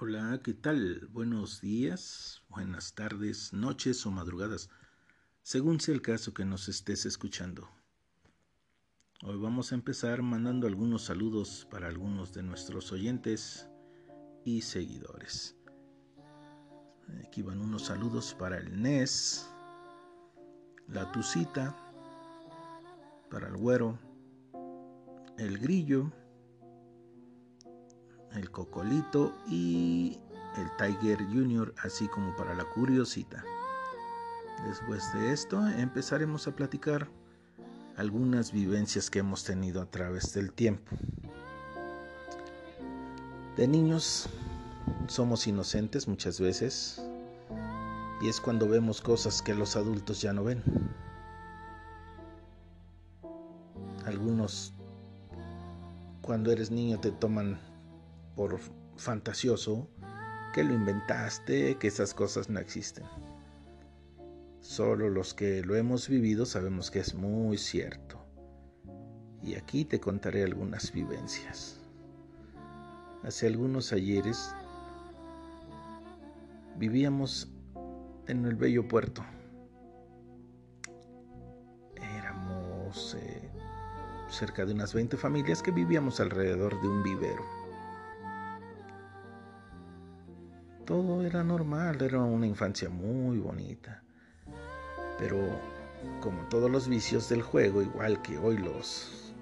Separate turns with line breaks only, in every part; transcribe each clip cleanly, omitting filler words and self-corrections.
Hola, ¿qué tal? Buenos días, buenas tardes, noches o madrugadas, según sea el caso que nos estés escuchando. Hoy vamos a empezar mandando algunos saludos para algunos de nuestros oyentes y seguidores. Aquí van unos saludos para el Nes, la Tucita, para el Güero, el Grillo, el Cocolito y el Tiger Junior, así como para la Curiosita. Después de esto empezaremos a platicar algunas vivencias que hemos tenido a través del tiempo. De niños somos inocentes muchas veces y es cuando vemos cosas que los adultos ya no ven. Algunos cuando eres niño te toman por fantasioso, que lo inventaste, que esas cosas no existen. Solo los que lo hemos vivido sabemos que es muy cierto. Y aquí te contaré algunas vivencias. Hace algunos ayeres vivíamos en el bello puerto. Éramos cerca de unas 20 familias que vivíamos alrededor de un vivero. Todo era normal, era una infancia muy bonita. Pero como todos los vicios del juego, igual que hoy los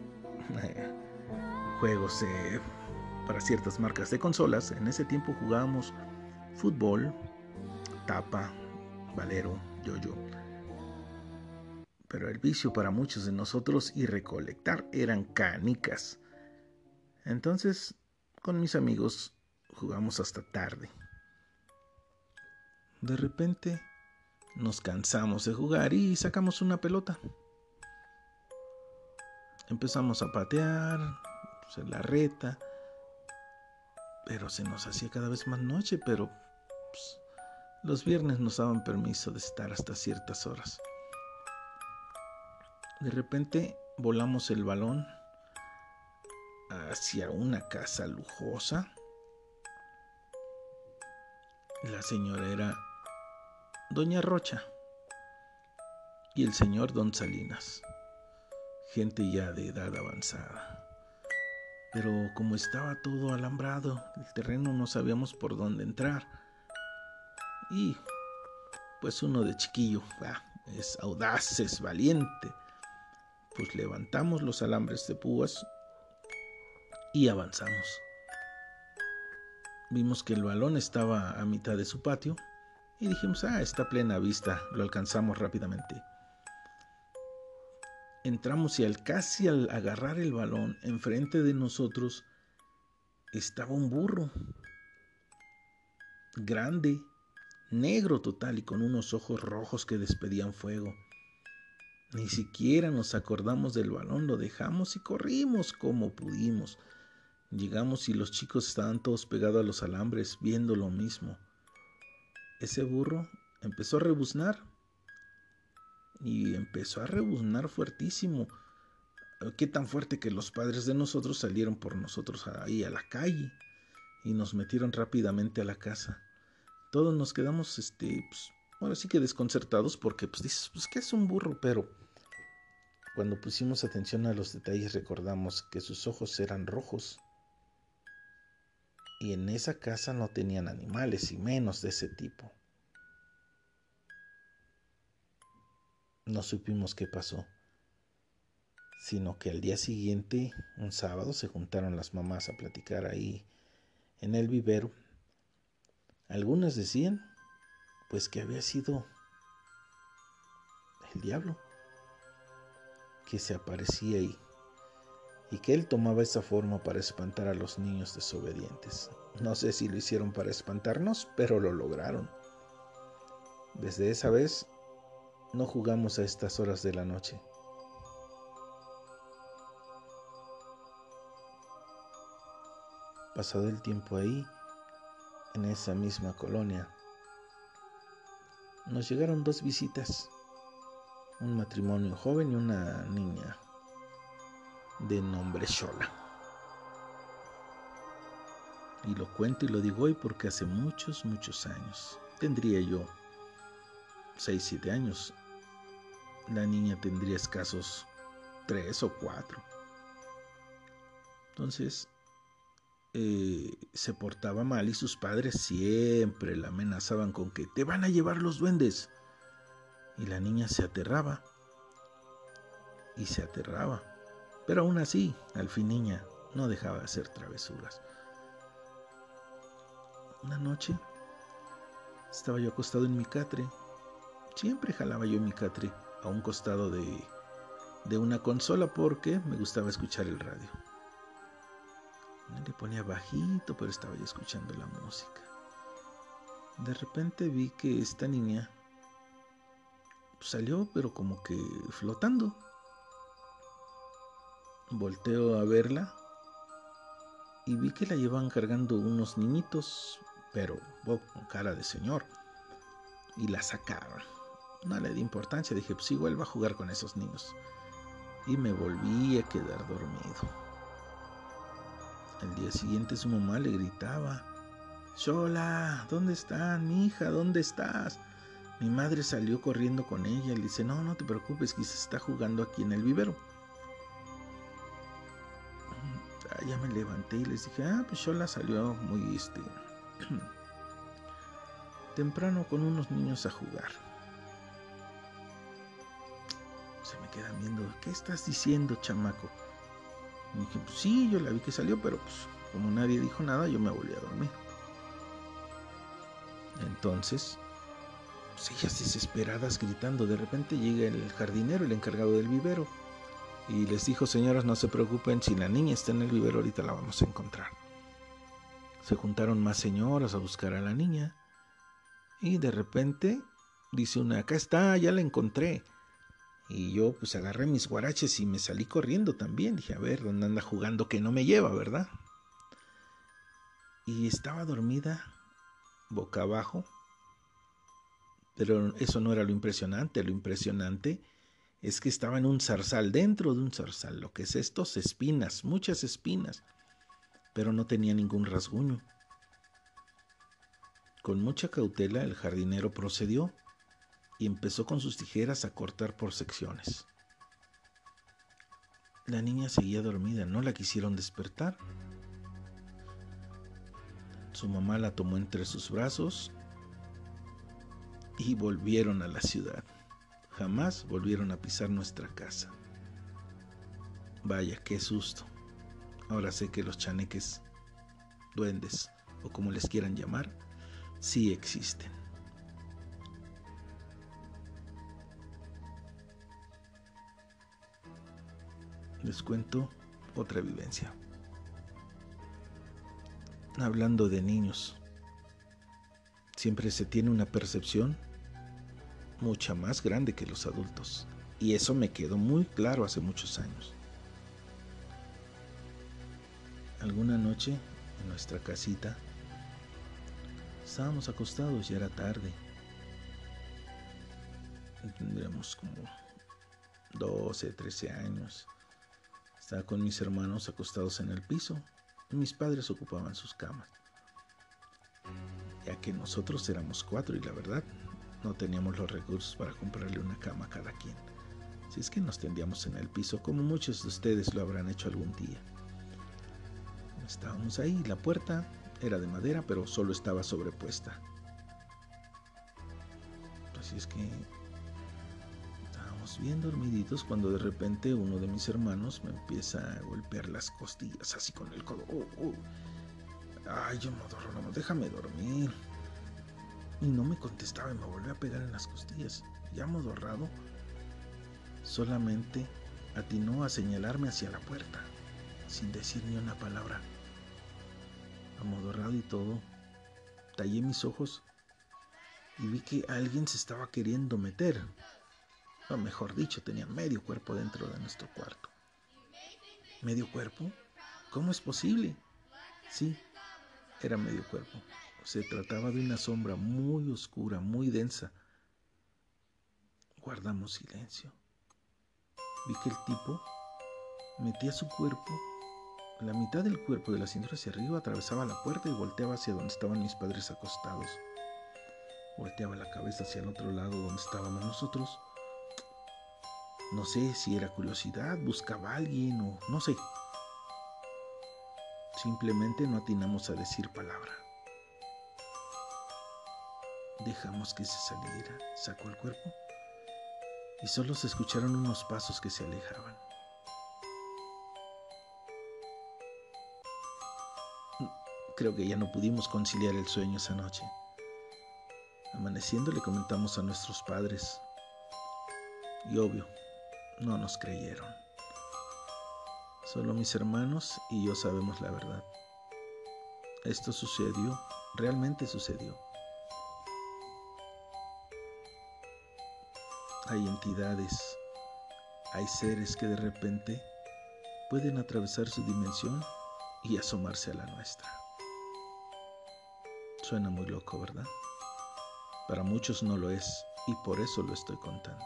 juegos para ciertas marcas de consolas, en ese tiempo jugábamos fútbol, tapa, valero, yo-yo. Pero el vicio para muchos de nosotros y recolectar eran canicas. Entonces, con mis amigos jugamos hasta tarde. De repente nos cansamos de jugar y sacamos una pelota. Empezamos a patear, hacer la reta, pero se nos hacía cada vez más noche, pero los viernes nos daban permiso de estar hasta ciertas horas. De repente volamos el balón hacia una casa lujosa. La señora era Doña Rocha y el señor Don Salinas, gente ya de edad avanzada. Pero como estaba todo alambrado, el terreno no sabíamos por dónde entrar. Y pues uno de chiquillo, es audaz, es valiente. Pues levantamos los alambres de púas y avanzamos. Vimos que el balón estaba a mitad de su patio y dijimos, está a plena vista, lo alcanzamos rápidamente. Entramos y casi al agarrar el balón, enfrente de nosotros estaba un burro. Grande, negro total y con unos ojos rojos que despedían fuego. Ni siquiera nos acordamos del balón, lo dejamos y corrimos como pudimos. Llegamos y los chicos estaban todos pegados a los alambres viendo lo mismo. Ese burro empezó a rebuznar y empezó a rebuznar fuertísimo. Qué tan fuerte que los padres de nosotros salieron por nosotros ahí a la calle y nos metieron rápidamente a la casa. Todos nos quedamos ahora sí que desconcertados porque dices, que es un burro, pero cuando pusimos atención a los detalles recordamos que sus ojos eran rojos y en esa casa no tenían animales y menos de ese tipo. No supimos qué pasó, sino que al día siguiente, un sábado, se juntaron las mamás a platicar ahí en el vivero. Algunas decían pues que había sido el diablo que se aparecía ahí y que él tomaba esa forma para espantar a los niños desobedientes. No sé si lo hicieron para espantarnos, pero lo lograron. Desde esa vez no jugamos a estas horas de la noche. Pasado el tiempo ahí, en esa misma colonia, nos llegaron 2 visitas, un matrimonio joven y una niña de nombre Xola. Y lo cuento y lo digo hoy porque hace muchos, muchos años, tendría yo 6, 7 años, la niña tendría escasos 3 o 4. Entonces, se portaba mal y sus padres siempre la amenazaban con que te van a llevar los duendes. Y la niña se aterraba y se aterraba. Pero aún así, al fin niña no dejaba de hacer travesuras. Una noche estaba yo acostado en mi catre. Siempre jalaba yo mi catre a un costado de una consola porque me gustaba escuchar el radio. Le ponía bajito, pero estaba yo escuchando la música. De repente vi que esta niña salió, pero como que flotando. Volteo a verla y vi que la llevaban cargando unos niñitos, pero con cara de señor, y la sacaron. No le di importancia, dije, pues igual va a jugar con esos niños. Y me volví a quedar dormido. Al día siguiente su mamá le gritaba, Xola, ¿dónde están? Mi hija, ¿dónde estás? Mi madre salió corriendo con ella y le dice, no te preocupes, que se está jugando aquí en el vivero. Ya me levanté y les dije, pues Xola salió muy temprano con unos niños a jugar. Se me quedan viendo, ¿qué estás diciendo, chamaco? Y dije, pues sí, yo la vi que salió, pero pues como nadie dijo nada, yo me volví a dormir. Entonces, pues ellas desesperadas gritando, de repente llega el jardinero, el encargado del vivero, y les dijo, señoras, no se preocupen, si la niña está en el vivero, ahorita la vamos a encontrar. Se juntaron más señoras a buscar a la niña, y de repente dice una, acá está, ya la encontré. Y yo pues agarré mis guaraches y me salí corriendo también. Dije, a ver, ¿dónde anda jugando que no me lleva, verdad? Y estaba dormida, boca abajo. Pero eso no era lo impresionante. Lo impresionante es que estaba en un zarzal, dentro de un zarzal. Lo que es estos, espinas, muchas espinas. Pero no tenía ningún rasguño. Con mucha cautela el jardinero procedió y empezó con sus tijeras a cortar por secciones. La niña seguía dormida, no la quisieron despertar. Su mamá la tomó entre sus brazos y volvieron a la ciudad. Jamás volvieron a pisar nuestra casa. Vaya, qué susto. Ahora sé que los chaneques, duendes o como les quieran llamar, sí existen. Les cuento otra vivencia. Hablando de niños, siempre se tiene una percepción mucha más grande que los adultos. Y eso me quedó muy claro hace muchos años. Alguna noche, en nuestra casita, estábamos acostados, ya era tarde. Tendríamos como 12, 13 años. Estaba con mis hermanos acostados en el piso y mis padres ocupaban sus camas. Ya que nosotros éramos 4 y la verdad no teníamos los recursos para comprarle una cama a cada quien. Si es que nos tendíamos en el piso como muchos de ustedes lo habrán hecho algún día. Estábamos ahí, la puerta era de madera pero solo estaba sobrepuesta. Así es que estábamos bien dormiditos cuando de repente uno de mis hermanos me empieza a golpear las costillas así con el codo. Ay, yo no, déjame dormir. Y no me contestaba y me volvió a pegar en las costillas. Ya amodorrado, solamente atinó a señalarme hacia la puerta, sin decir ni una palabra. Amodorrado y todo, tallé mis ojos y vi que alguien se estaba queriendo meter. O mejor dicho, tenía medio cuerpo dentro de nuestro cuarto. ¿Medio cuerpo? ¿Cómo es posible? Sí, era medio cuerpo. Se trataba de una sombra muy oscura, muy densa. Guardamos silencio. Vi que el tipo metía su cuerpo La mitad del cuerpo de la cintura hacia arriba atravesaba la puerta y volteaba hacia donde estaban mis padres acostados. Volteaba la cabeza hacia el otro lado donde estábamos nosotros. No sé si era curiosidad, buscaba a alguien o no sé. Simplemente no atinamos a decir palabra. Dejamos que se saliera, sacó el cuerpo y solo se escucharon unos pasos que se alejaban. Creo que ya no pudimos conciliar el sueño esa noche. Amaneciendo le comentamos a nuestros padres y obvio, no nos creyeron. Solo mis hermanos y yo sabemos la verdad. Esto sucedió, realmente sucedió. Hay entidades, hay seres que de repente pueden atravesar su dimensión y asomarse a la nuestra. Suena muy loco, ¿verdad? Para muchos no lo es y por eso lo estoy contando.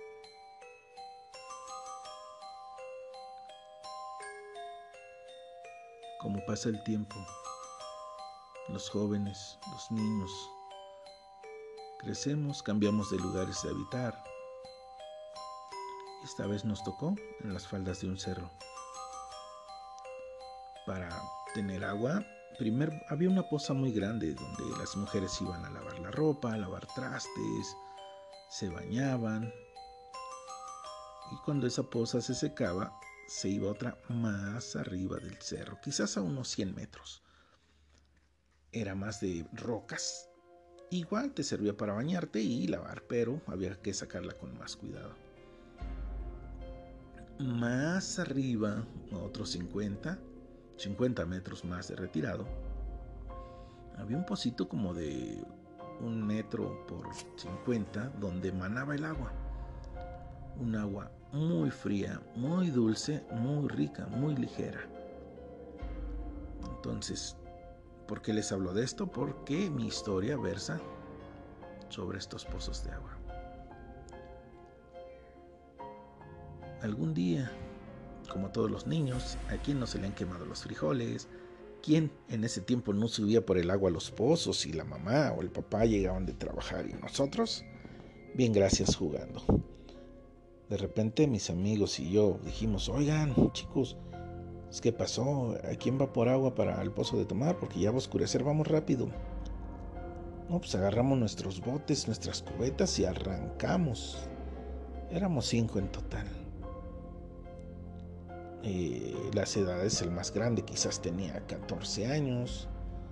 Como pasa el tiempo, los jóvenes, los niños, crecemos, cambiamos de lugares de habitar. Esta vez nos tocó en las faldas de un cerro. Para tener agua, primero había una poza muy grande donde las mujeres iban a lavar la ropa, a lavar trastes, se bañaban. Y cuando esa poza se secaba, se iba otra más arriba del cerro, quizás a unos 100 metros. Era más de rocas. Igual te servía para bañarte y lavar, pero había que sacarla con más cuidado. Más arriba, a otros 50 metros más de retirado, había un pocito como de 1 metro por 50 donde manaba el agua. Un agua muy fría, muy dulce, muy rica, muy ligera. Entonces, ¿por qué les hablo de esto? Porque mi historia versa sobre estos pozos de agua. Algún día, como todos los niños, ¿a quién no se le han quemado los frijoles? ¿Quién en ese tiempo no subía por el agua a los pozos y la mamá o el papá llegaban de trabajar y nosotros? Bien, gracias, jugando. De repente mis amigos y yo dijimos, oigan, chicos, ¿qué pasó? ¿A quién va por agua para el pozo de tomar? Porque ya va a oscurecer, vamos rápido. No, pues agarramos nuestros botes, nuestras cubetas y arrancamos. Éramos 5 en total. Las edades, el más grande quizás tenía 14 años.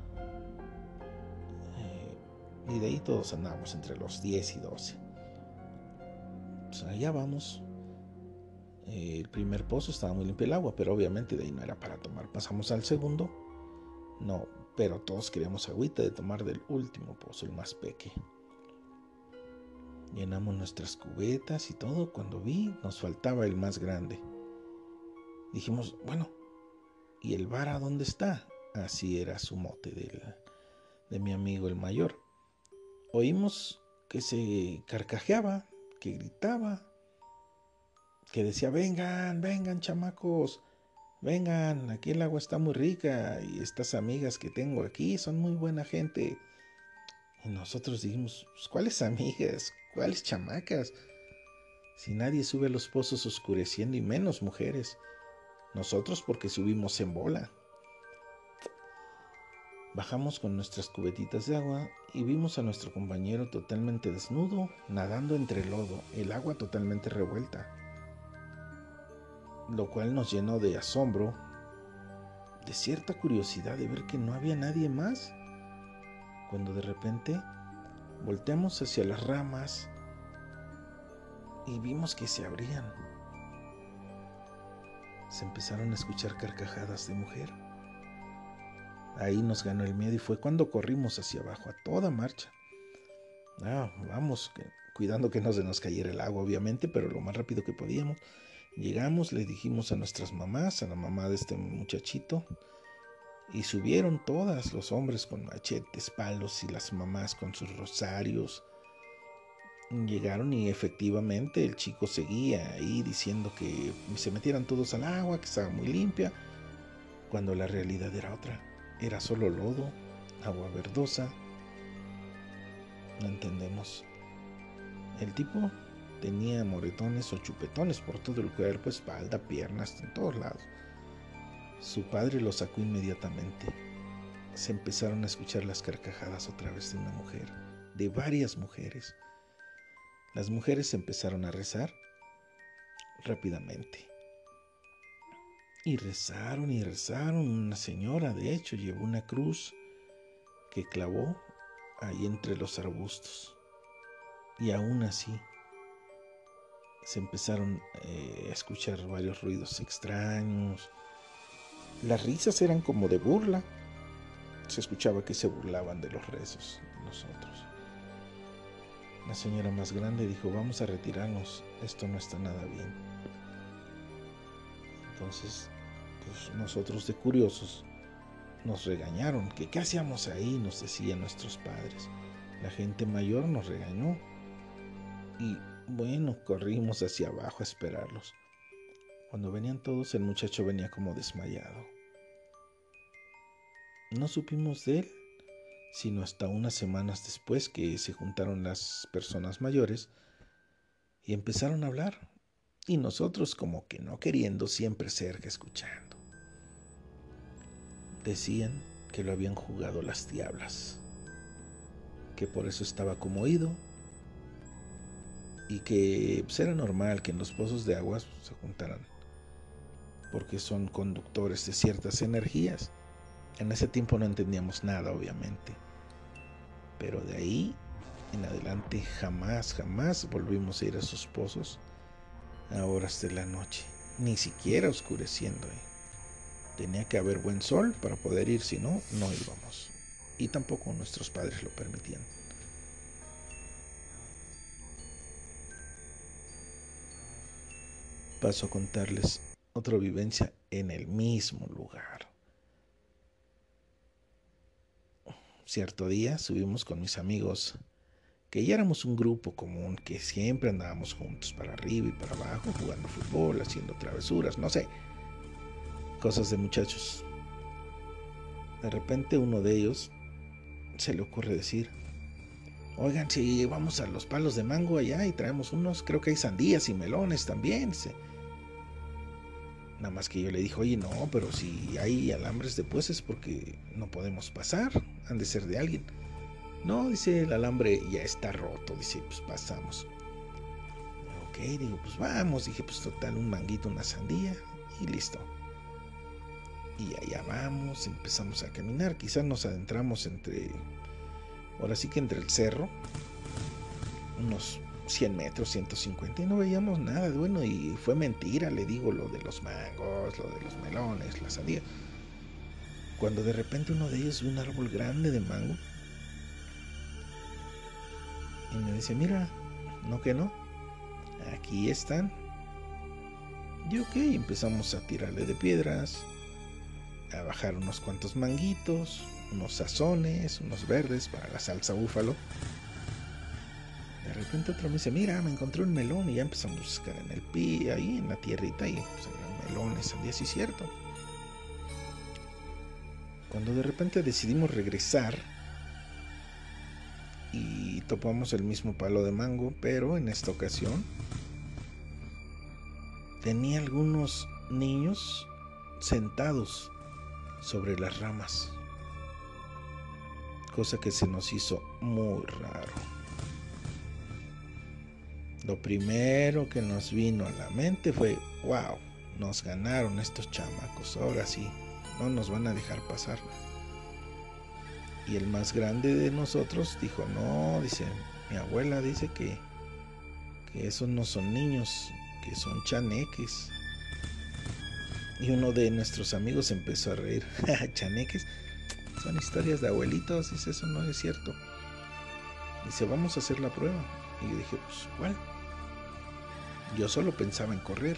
Y de ahí todos andábamos entre los 10 y 12. Pues allá vamos. El primer pozo estaba muy limpio el agua, pero obviamente de ahí no era para tomar. Pasamos al segundo. No, pero todos queríamos agüita de tomar del último pozo, el más pequeño. Llenamos nuestras cubetas y todo. Cuando vi, nos faltaba el más grande. Dijimos, bueno, ¿y el vara dónde está? Así era su mote de mi amigo el mayor. Oímos que se carcajeaba, que gritaba, que decía, vengan, vengan chamacos, vengan, aquí el agua está muy rica y estas amigas que tengo aquí son muy buena gente. Y nosotros dijimos, pues, ¿cuáles amigas? ¿Cuáles chamacas? Si nadie sube a los pozos oscureciendo y menos mujeres. Nosotros porque subimos en bola. Bajamos con nuestras cubetitas de agua y vimos a nuestro compañero totalmente desnudo, nadando entre el lodo, el agua totalmente revuelta. Lo cual nos llenó de asombro, de cierta curiosidad de ver que no había nadie más. Cuando de repente volteamos hacia las ramas y vimos que se abrían. Se empezaron a escuchar carcajadas de mujer. Ahí nos ganó el miedo y fue cuando corrimos hacia abajo a toda marcha. Vamos, cuidando que no se nos cayera el agua, obviamente, pero lo más rápido que podíamos. Llegamos, le dijimos a nuestras mamás, a la mamá de este muchachito, y subieron todas, los hombres con machetes, palos y las mamás con sus rosarios. Llegaron y efectivamente el chico seguía ahí diciendo que se metieran todos al agua, que estaba muy limpia. cuando la realidad era otra. Era solo lodo, agua verdosa. No entendemos. El tipo tenía moretones o chupetones por todo el cuerpo, espalda, piernas, en todos lados. Su padre lo sacó inmediatamente. Se empezaron a escuchar las carcajadas otra vez de una mujer, de varias mujeres. Las mujeres empezaron a rezar rápidamente. Y rezaron y rezaron. Una señora, de hecho, llevó una cruz que clavó ahí entre los arbustos. Y aún así se empezaron a escuchar varios ruidos extraños. Las risas eran como de burla. Se escuchaba que se burlaban de los rezos de nosotros. La señora más grande dijo: vamos a retirarnos, esto no está nada bien. Entonces, pues nosotros de curiosos nos regañaron, que qué hacíamos ahí, nos decían nuestros padres. La gente mayor nos regañó y bueno, corrimos hacia abajo a esperarlos. Cuando venían todos, el muchacho venía como desmayado. No supimos de él, sino hasta unas semanas después, que se juntaron las personas mayores y empezaron a hablar. Y nosotros, como que no queriendo, siempre cerca escuchando. Decían que lo habían jugado las diablas, que por eso estaba como oído, y que pues, era normal que en los pozos de agua se juntaran, porque son conductores de ciertas energías. En ese tiempo no entendíamos nada, obviamente, pero de ahí en adelante jamás volvimos a ir a esos pozos a horas de la noche, ni siquiera oscureciendo. Tenía que haber buen sol para poder ir, si no, no íbamos, y tampoco nuestros padres lo permitían. Paso a contarles otra vivencia en el mismo lugar. Cierto día subimos con mis amigos, que ya éramos un grupo común, que siempre andábamos juntos para arriba y para abajo, jugando fútbol, haciendo travesuras, no sé, cosas de muchachos. De repente uno de ellos se le ocurre decir: oigan, si vamos a los palos de mango allá y traemos unos, creo que hay sandías y melones también. Nada más que yo le dije: oye, no, pero si hay alambres de pues es porque no podemos pasar, han de ser de alguien. No, dice, el alambre ya está roto, dice, pues pasamos. Ok, digo, pues vamos, dije, pues total, un manguito, una sandía y listo. Y allá vamos, empezamos a caminar, quizás nos adentramos ahora sí que entre el cerro, unos 100 metros, 150, y no veíamos nada. Bueno, y fue mentira, le digo, lo de los mangos, lo de los melones, la sandía. Cuando de repente uno de ellos ve un árbol grande de mango y me dice: mira, no que no, aquí están. Y ok, empezamos a tirarle de piedras, a bajar unos cuantos manguitos, unos sazones, unos verdes para la salsa búfalo. De repente otro me dice: mira, me encontré un melón. Y ya empezamos a buscar en el pie, ahí en la tierrita, y pues eran melones, sandías, sí, cierto. Cuando de repente decidimos regresar y topamos el mismo palo de mango, pero en esta ocasión tenía algunos niños sentados sobre las ramas, cosa que se nos hizo muy raro. Lo primero que nos vino a la mente fue: wow, nos ganaron estos chamacos, ahora sí, no nos van a dejar pasar. Y el más grande de nosotros dijo: no, dice, mi abuela dice que esos no son niños, que son chaneques. Y uno de nuestros amigos empezó a reír: chaneques, son historias de abuelitos, dice, eso no es cierto. Dice: vamos a hacer la prueba. Y yo dije: pues, ¿cuál? Yo solo pensaba en correr.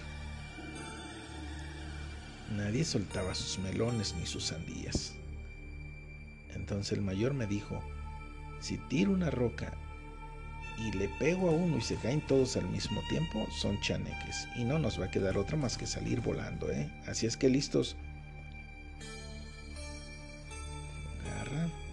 Nadie soltaba sus melones ni sus sandías. Entonces el mayor me dijo: si tiro una roca y le pego a uno y se caen todos al mismo tiempo, son chaneques, y no nos va a quedar otra más que salir volando, Así es que listos.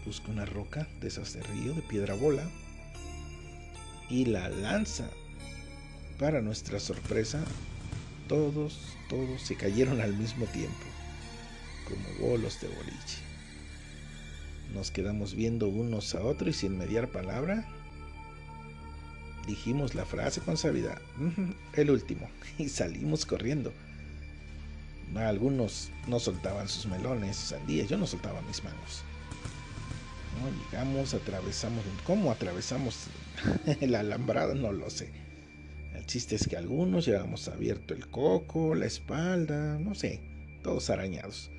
busca una roca de esas de río, de piedra bola, y la lanza. Para nuestra sorpresa, todos se cayeron al mismo tiempo, como bolos de boliche. Nos quedamos viendo unos a otros y sin mediar palabra, dijimos la frase con suavidad, el último, y salimos corriendo. Algunos no soltaban sus melones, sandías, yo no soltaba mis manos. No, llegamos, atravesamos, ¿cómo atravesamos la alambrada? No lo sé. El chiste es que algunos llevamos abierto el coco, la espalda, no sé, todos arañados.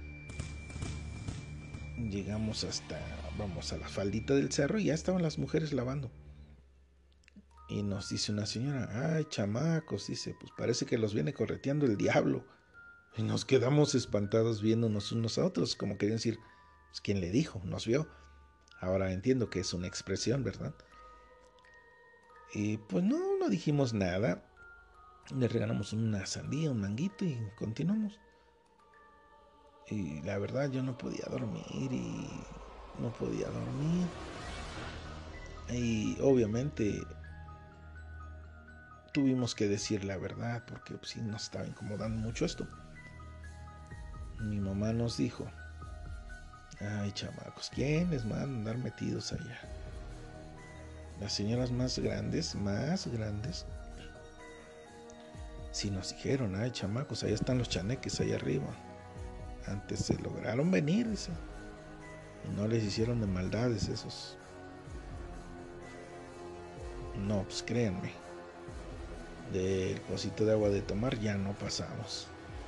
Llegamos vamos a la faldita del cerro y ya estaban las mujeres lavando. Y nos dice una señora, ay, chamacos, dice, pues parece que los viene correteando el diablo. Y nos quedamos espantados viéndonos unos a otros, como querían decir, pues, ¿quién le dijo? Nos vio. Ahora entiendo que es una expresión, ¿verdad? Y pues no dijimos nada. Le regalamos una sandía, un manguito y continuamos. Y la verdad yo no podía dormir y obviamente tuvimos que decir la verdad porque pues, sí nos estaba incomodando mucho esto. Mi mamá nos dijo, ay chamacos, ¿quiénes van a andar metidos allá? Las señoras más grandes, sí nos dijeron, ay chamacos, allá están los chaneques allá arriba. Antes se lograron venir, dice, y no les hicieron de maldades esos. No, pues créanme, del pocito de agua de tomar ya no pasamos.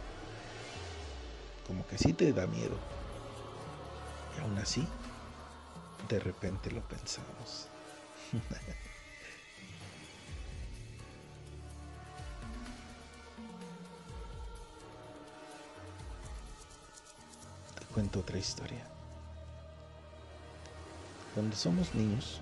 Como que sí te da miedo. Y aún así, de repente lo pensamos. Te cuento otra historia. Cuando somos niños,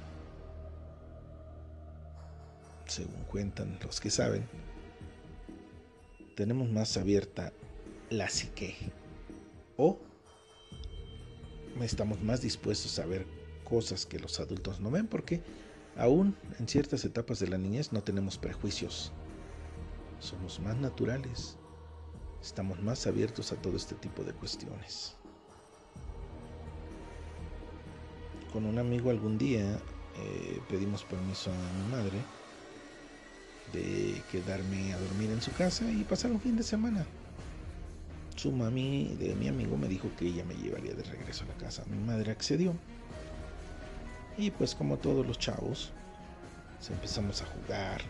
según cuentan los que saben, tenemos más abierta la psique o estamos más dispuestos a ver cosas que los adultos no ven porque aún en ciertas etapas de la niñez no tenemos prejuicios. Somos más naturales, estamos más abiertos a todo este tipo de cuestiones. Con un amigo algún día pedimos permiso a mi madre de quedarme a dormir en su casa y pasar un fin de semana. Su mami de mi amigo me dijo que ella me llevaría de regreso a la casa. Mi madre accedió. Y pues como todos los chavos, empezamos a jugar.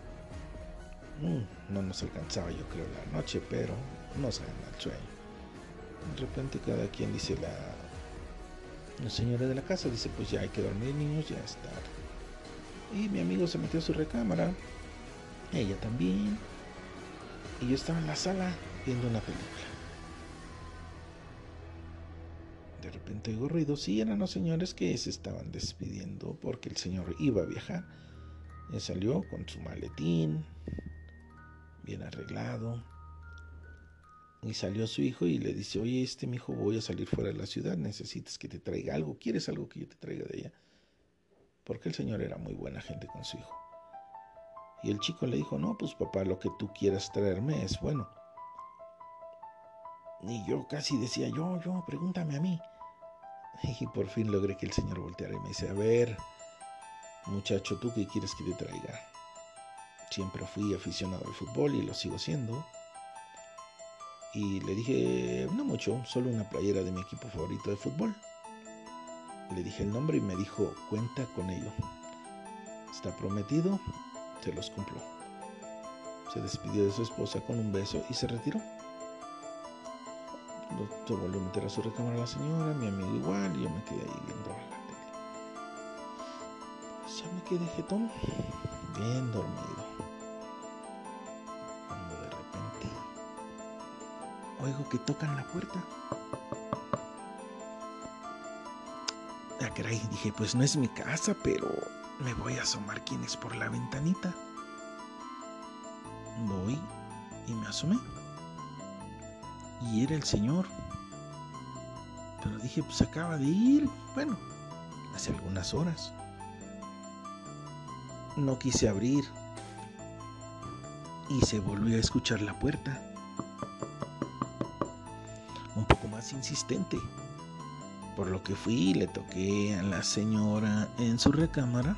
No nos alcanzaba yo creo la noche, pero nos gana el sueño. De repente cada quien dice, la señora de la casa dice, pues ya hay que dormir niños, ya es tarde. Y mi amigo se metió a su recámara, ella también, y yo estaba en la sala viendo una película. De repente oigo ruidos y eran los señores que se estaban despidiendo porque el señor iba a viajar. Él salió con su maletín, bien arreglado, y salió su hijo y le dice, oye, mijo, voy a salir fuera de la ciudad, necesitas que te traiga algo, ¿quieres algo que yo te traiga de allá? Porque el señor era muy buena gente con su hijo. Y el chico le dijo, no, pues papá, lo que tú quieras traerme es bueno. Y yo casi decía, yo, pregúntame a mí. Y por fin logré que el señor volteara y me dice, a ver, muchacho, ¿tú qué quieres que te traiga? Siempre fui aficionado al fútbol y lo sigo siendo. Y le dije, no mucho, solo una playera de mi equipo favorito de fútbol. Le dije el nombre y me dijo, cuenta con ello. Está prometido, se los cumplo. Se despidió de su esposa con un beso y se retiró. Se volvió a meter a su recámara la señora, mi amigo igual, y yo me quedé ahí viendo la tele. Pues ya me quedé jetón, bien dormido. Cuando de repente oigo que tocan la puerta. Ah, caray, dije, pues no es mi casa, pero me voy a asomar quién es por la ventanita. Voy y me asomé. Y era el señor. Pero dije, pues acaba de ir. Bueno, hace algunas horas. No quise abrir y se volvió a escuchar la puerta, un poco más insistente, por lo que fui y le toqué a la señora en su recámara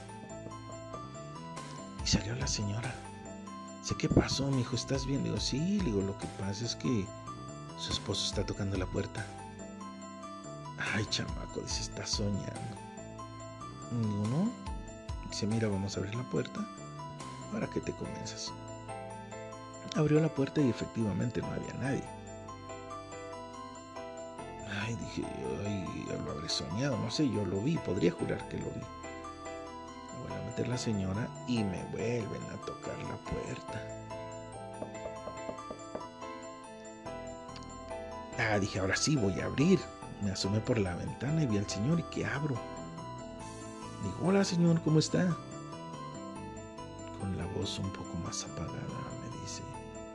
y salió la señora. Dice, ¿qué pasó, mijo? ¿Estás bien? Le digo, sí. Le digo, lo que pasa es que su esposo está tocando la puerta. Ay, chamaco, dice, está soñando. Le digo, no. Dice, mira, vamos a abrir la puerta para que te convenzas. Abrió la puerta y efectivamente no había nadie. Ay, dije, ay, lo habré soñado, no sé, yo lo vi, podría jurar que lo vi. Me voy a meter la señora y me vuelven a tocar la puerta. Dije, ahora sí voy a abrir. Me asomé por la ventana y vi al señor y que abro. Digo, hola señor, ¿cómo está? Con la voz un poco más apagada me dice,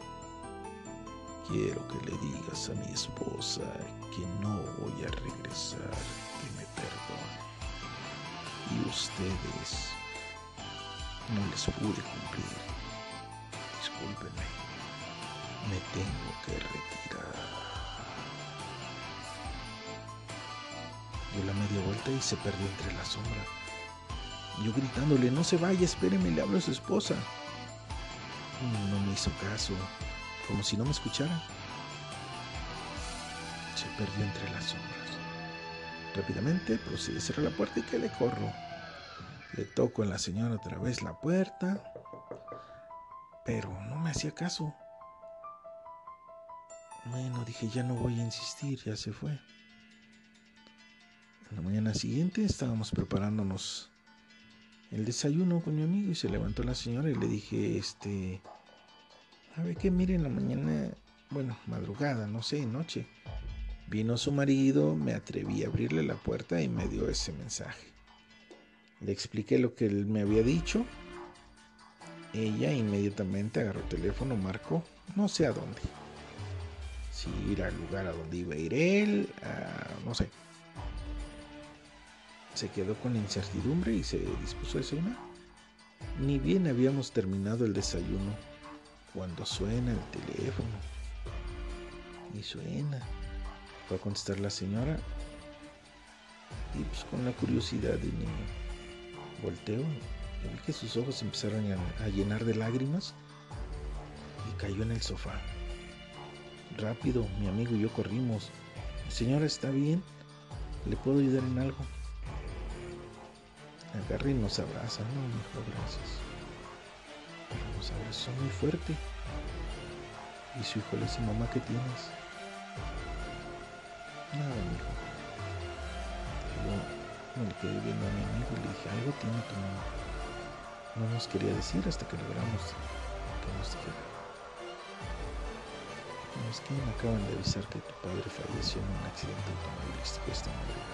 quiero que le digas a mi esposa que no voy a regresar, que me perdone. Y ustedes no les pude cumplir. Discúlpenme, me tengo que retirar. Dio la media vuelta y se perdió entre la sombra. Yo gritándole, no se vaya, espéreme, le hablo a su esposa. No me hizo caso, como si no me escuchara. Se perdió entre las sombras. Rápidamente procedí a cerrar la puerta y que le corro. Le toco a la señora otra vez la puerta, pero no me hacía caso. Bueno, dije, ya no voy a insistir, ya se fue. En la mañana siguiente estábamos preparándonos el desayuno con mi amigo y se levantó la señora y le dije, a ver que mire, en la mañana, bueno, madrugada, no sé, noche, vino su marido, me atreví a abrirle la puerta y me dio ese mensaje. Le expliqué lo que él me había dicho. Ella inmediatamente agarró el teléfono, marcó, no sé a dónde. Si ir al lugar a donde iba a ir él, no sé. Se quedó con la incertidumbre y se dispuso a desayunar. Ni bien habíamos terminado el desayuno cuando suena el teléfono. Y suena. Fue a contestar la señora y pues con la curiosidad de niño volteo y vi que sus ojos empezaron a llenar de lágrimas y cayó en el sofá. Rápido, mi amigo y yo corrimos. Señora, ¿está bien? ¿Le puedo ayudar en algo? Agarra y nos abraza. No, mijo, gracias. Pero nos abrazó muy fuerte. Y su hijo le dice, mamá, ¿qué tienes? Nada, mijo. Yo me le quedé viendo a mi amigo y le dije, algo tiene tu mamá. No nos quería decir hasta que logramos que nos dijera. Es que me acaban de avisar que tu padre falleció en un accidente automovilístico esta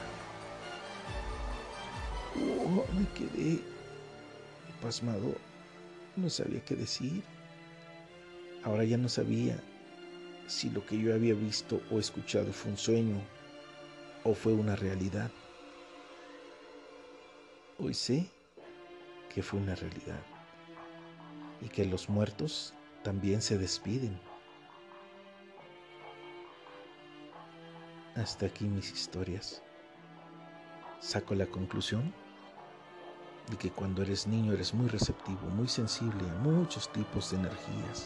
madrugada. Me quedé pasmado. No sabía qué decir. Ahora ya no sabía si lo que yo había visto o escuchado fue un sueño o fue una realidad. Hoy sé que fue una realidad y que los muertos también se despiden. Hasta aquí mis historias. Saco la conclusión de que cuando eres niño eres muy receptivo, muy sensible a muchos tipos de energías.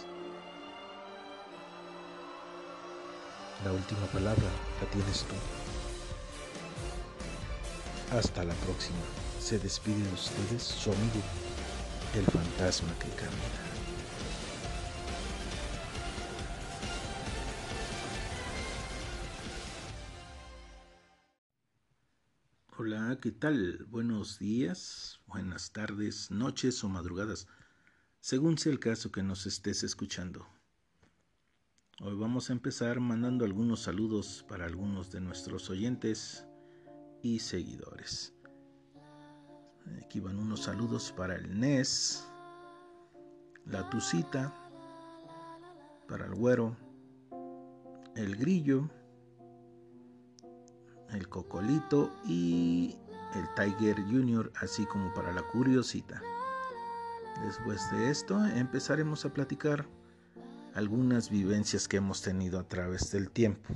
La última palabra la tienes tú. Hasta la próxima. Se despide de ustedes su amigo, el fantasma que camina. Hola, ¿qué tal? Buenos días, buenas tardes, noches o madrugadas, según sea el caso que nos estés escuchando. Hoy vamos a empezar mandando algunos saludos para algunos de nuestros oyentes y seguidores. Aquí van unos saludos para el Nes, la Tucita, para el Güero, el Grillo, el Cocolito y el Tiger Junior, así como para la curiosita. Después de esto empezaremos a platicar algunas vivencias que hemos tenido a través del tiempo.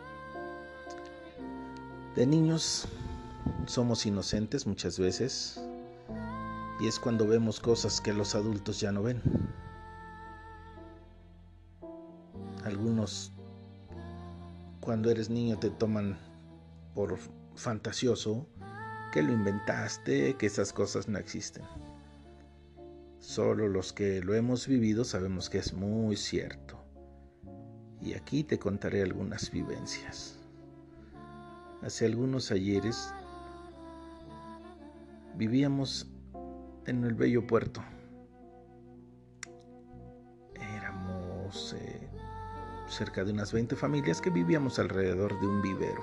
De niños somos inocentes muchas veces, y es cuando vemos cosas que los adultos ya no ven. Algunos, cuando eres niño, te toman por fantasioso, que lo inventaste, que esas cosas no existen. Solo los que lo hemos vivido sabemos que es muy cierto. Y aquí te contaré algunas vivencias. Hace algunos ayeres vivíamos en el bello puerto. Éramos cerca de unas 20 familias que vivíamos alrededor de un vivero.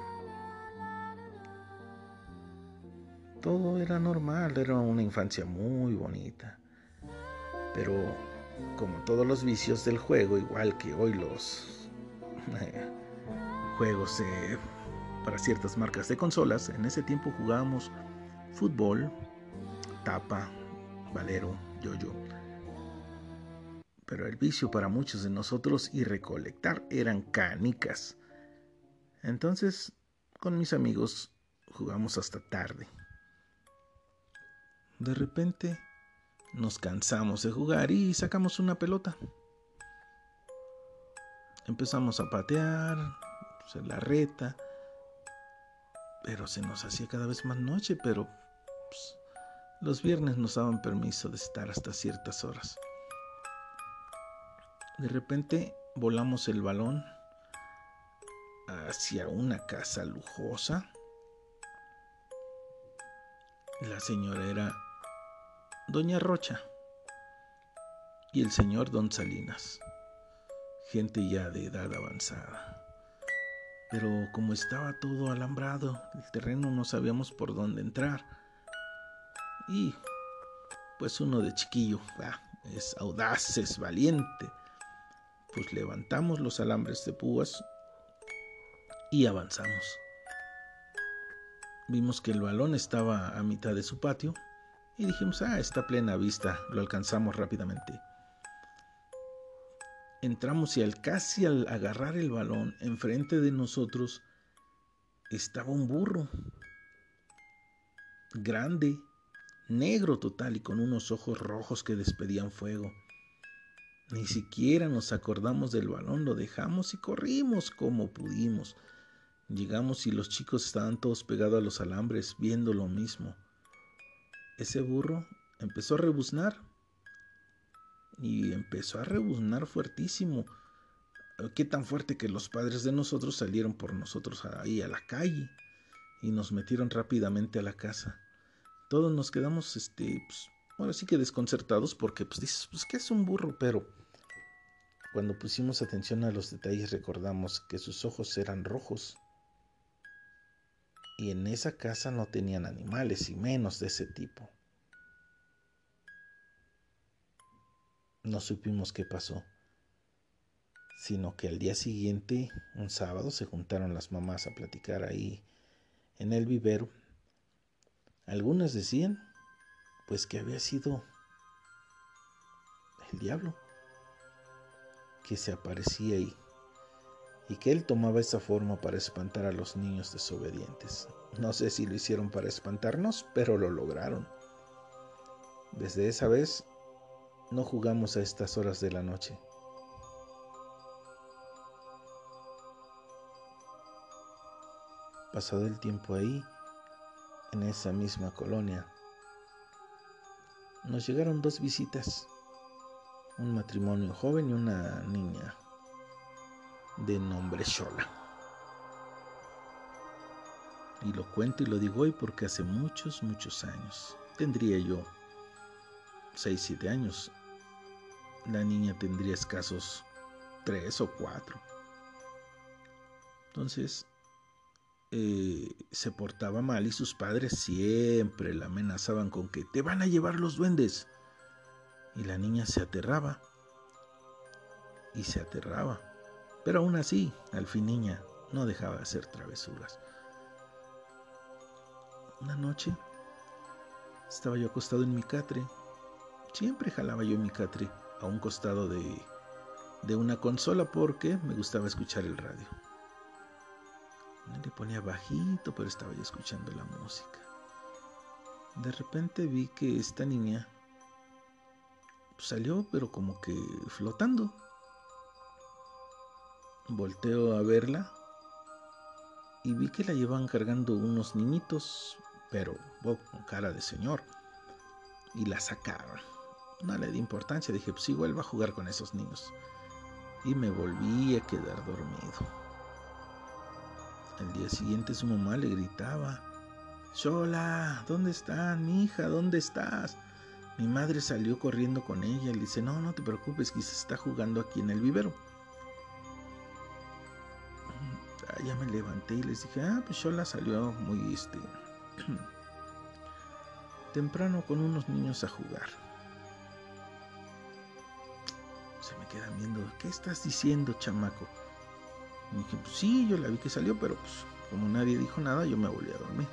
Todo era normal, era una infancia muy bonita. Pero como todos los vicios del juego, igual que hoy los juegos para ciertas marcas de consolas, en ese tiempo jugábamos fútbol, tapa, valero, yo-yo. Pero el vicio para muchos de nosotros y recolectar eran canicas. Entonces, con mis amigos jugamos hasta tarde. De repente nos cansamos de jugar y sacamos una pelota. Empezamos a patear, hacer la reta, pero se nos hacía cada vez más noche, pero los viernes nos daban permiso de estar hasta ciertas horas. De repente volamos el balón hacia una casa lujosa. La señora era Doña Rocha y el señor Don Salinas, gente ya de edad avanzada. Pero como estaba todo alambrado, el terreno, no sabíamos por dónde entrar. Y pues uno de chiquillo, es audaz, es valiente. Pues levantamos los alambres de púas y avanzamos. Vimos que el balón estaba a mitad de su patio y dijimos, está a plena vista, lo alcanzamos rápidamente. Entramos y casi al agarrar el balón, enfrente de nosotros estaba un burro. Grande, negro total y con unos ojos rojos que despedían fuego. Ni siquiera nos acordamos del balón, lo dejamos y corrimos como pudimos. Llegamos y los chicos estaban todos pegados a los alambres viendo lo mismo. Ese burro empezó a rebuznar y empezó a rebuznar fuertísimo. Qué tan fuerte que los padres de nosotros salieron por nosotros ahí a la calle y nos metieron rápidamente a la casa. Todos nos quedamos ahora sí que desconcertados porque dices, ¿qué es un burro? Pero cuando pusimos atención a los detalles recordamos que sus ojos eran rojos. Y en esa casa no tenían animales y menos de ese tipo. No supimos qué pasó, sino que al día siguiente, un sábado, se juntaron las mamás a platicar ahí en el vivero. Algunas decían pues que había sido el diablo que se aparecía ahí y que él tomaba esa forma para espantar a los niños desobedientes. No sé si lo hicieron para espantarnos, pero lo lograron. Desde esa vez no jugamos a estas horas de la noche. Pasado el tiempo ahí, en esa misma colonia, nos llegaron 2 visitas, un matrimonio joven y una niña de nombre Xola. Y lo cuento y lo digo hoy porque hace muchos años, tendría yo 6, 7 años, la niña tendría escasos 3 o 4. Entonces se portaba mal y sus padres siempre la amenazaban con que te van a llevar los duendes. Y la niña se aterraba y se aterraba. Pero aún así, al fin niña no dejaba de hacer travesuras. Una noche Estaba yo acostado en mi catre. Siempre jalaba yo mi catre a un costado de una consola porque me gustaba escuchar el radio. Le ponía bajito, pero estaba yo escuchando la música. De repente vi que esta niña salió, pero como que flotando. Volteo a verla y vi que la llevaban cargando unos niñitos, pero con cara de señor, y la sacaron. No le di importancia, dije, pues igual va a jugar con esos niños. Y me volví a quedar dormido. Al día siguiente su mamá le gritaba: Xola, ¿dónde estás, mi hija? ¿Dónde estás? Mi madre salió corriendo con ella y le dice: no te preocupes, que se está jugando aquí en el vivero. Ya me levanté y les dije: pues Xola salió muy temprano con unos niños a jugar. Se me quedan viendo: ¿qué estás diciendo, chamaco? Y dije: pues sí, yo la vi que salió, pero pues como nadie dijo nada, yo me volví a dormir.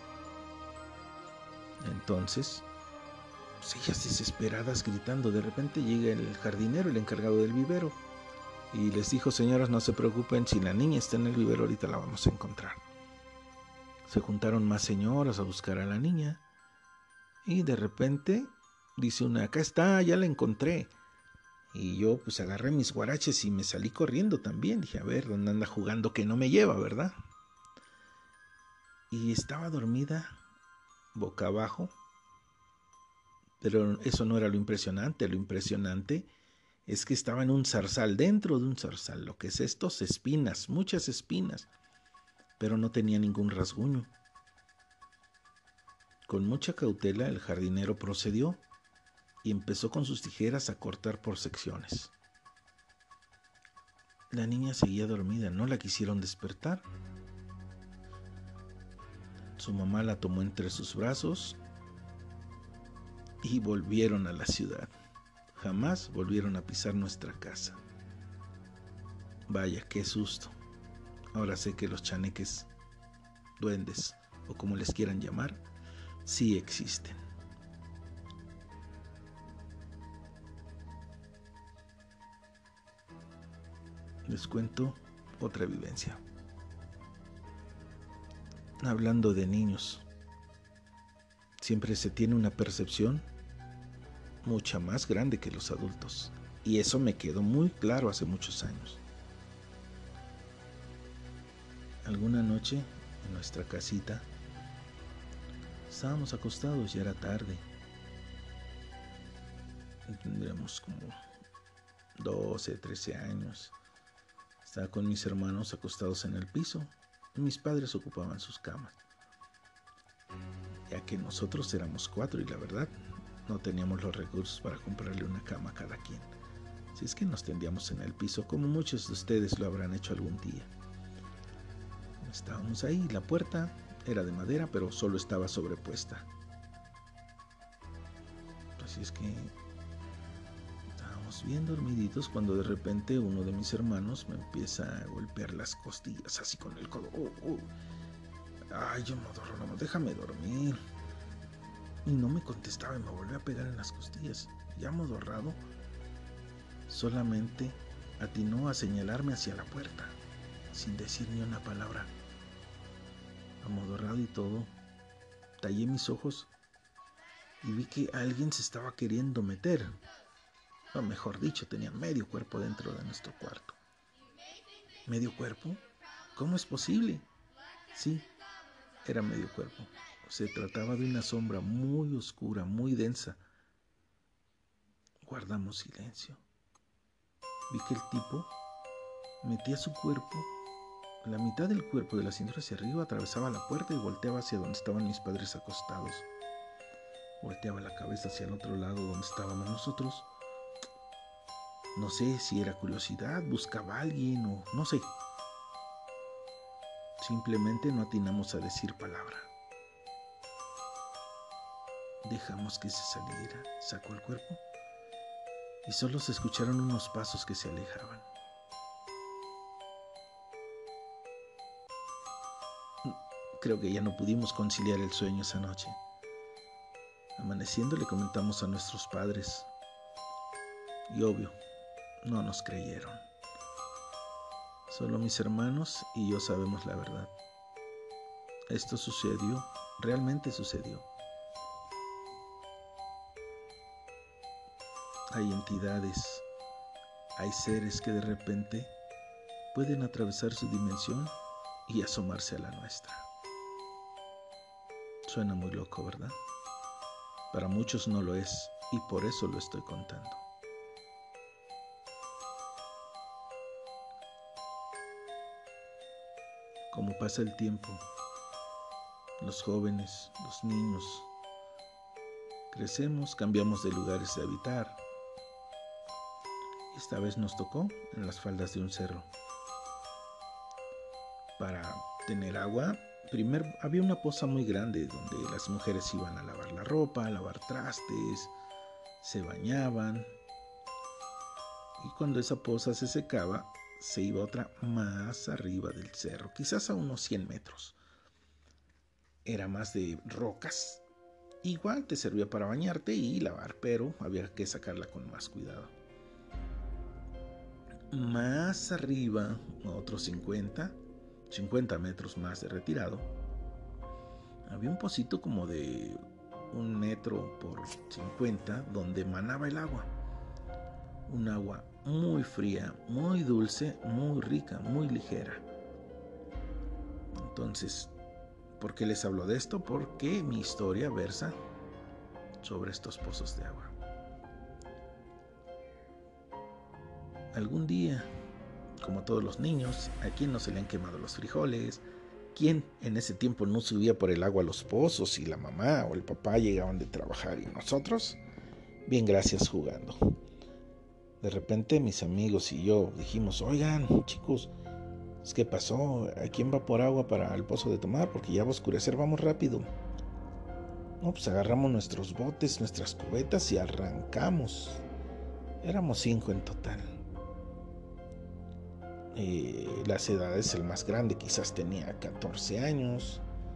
Entonces, pues ellas desesperadas gritando. De repente llega el jardinero, el encargado del vivero, y les dijo: señoras, no se preocupen, si la niña está en el vivero ahorita la vamos a encontrar. Se juntaron más señoras a buscar a la niña y de repente dice una: acá está, ya la encontré. Y yo pues agarré mis guaraches y me salí corriendo también. Dije: a ver, ¿dónde anda jugando que no me lleva, verdad? Y estaba dormida boca abajo. Pero eso no era lo impresionante. Lo impresionante es que estaba en un zarzal, dentro de un zarzal. Lo que es estos, espinas, muchas espinas, pero no tenía ningún rasguño. Con mucha cautela el jardinero procedió y empezó con sus tijeras a cortar por secciones. La niña seguía dormida, no la quisieron despertar. Su mamá la tomó entre sus brazos y volvieron a la ciudad. Jamás volvieron a pisar nuestra casa. Vaya, qué susto. Ahora sé que los chaneques, duendes o como les quieran llamar, sí existen. Les cuento otra vivencia. Hablando de niños, siempre se tiene una percepción mucha más grande que los adultos. Y eso me quedó muy claro hace muchos años. Alguna noche, en nuestra casita, estábamos acostados, ya era tarde. Tendríamos como 12, 13 años. Estaba con mis hermanos acostados en el piso y mis padres ocupaban sus camas. Ya que nosotros éramos 4 y la verdad no teníamos los recursos para comprarle una cama a cada quien. Si es que nos tendíamos en el piso, como muchos de ustedes lo habrán hecho algún día. Estábamos ahí, la puerta era de madera, pero solo estaba sobrepuesta. Así es que estábamos bien dormiditos cuando de repente uno de mis hermanos me empieza a golpear las costillas así con el codo. Ay, yo no, déjame dormir. Y no me contestaba y me volvió a pegar en las costillas. Ya amodorrado, solamente atinó a señalarme hacia la puerta, sin decir ni una palabra. Amodorrado y todo, tallé mis ojos y vi que alguien se estaba queriendo meter. O mejor dicho, tenía medio cuerpo dentro de nuestro cuarto. ¿Medio cuerpo? ¿Cómo es posible? Sí, era medio cuerpo. Se trataba de una sombra muy oscura, muy densa. Guardamos silencio. Vi que el tipo metía su cuerpo, la mitad del cuerpo de la cintura hacia arriba, atravesaba la puerta y volteaba hacia donde estaban mis padres acostados. Volteaba la cabeza hacia el otro lado donde estábamos nosotros. No sé si era curiosidad, buscaba a alguien o no sé. Simplemente no atinamos a decir palabra. Dejamos que se saliera, sacó el cuerpo y solo se escucharon unos pasos que se alejaban. Creo que ya no pudimos conciliar el sueño esa noche. Amaneciendo le comentamos a nuestros padres y obvio, no nos creyeron. Solo mis hermanos y yo sabemos la verdad. Esto sucedió, realmente sucedió. Hay entidades, hay seres que de repente pueden atravesar su dimensión y asomarse a la nuestra. Suena muy loco, ¿verdad? Para muchos no lo es y por eso lo estoy contando. Como pasa el tiempo, los jóvenes, los niños, crecemos, cambiamos de lugares de habitar. Esta vez nos tocó en las faldas de un cerro. Para tener agua, primero había una poza muy grande donde las mujeres iban a lavar la ropa, a lavar trastes, se bañaban. Y cuando esa poza se secaba, se iba otra más arriba del cerro, quizás a unos 100 metros. Era más de rocas. Igual te servía para bañarte y lavar, pero había que sacarla con más cuidado. Más arriba, a otros 50 metros más de retirado, había un pocito como de 1 metro por 50 donde manaba el agua. Un agua muy fría, muy dulce, muy rica, muy ligera. Entonces, ¿por qué les hablo de esto? Porque mi historia versa sobre estos pozos de agua. Algún día, como todos los niños, ¿a quién no se le han quemado los frijoles? ¿Quién en ese tiempo no subía por el agua a los pozos y la mamá o el papá llegaban de trabajar y nosotros? Bien, gracias, jugando. De repente mis amigos y yo dijimos, oigan, chicos, ¿qué pasó? ¿A quién va por agua para el pozo de tomar? Porque ya va a oscurecer, vamos rápido. No, pues agarramos nuestros botes, nuestras cubetas y arrancamos. Éramos 5 en total. Las edades, el más grande quizás tenía 14 años.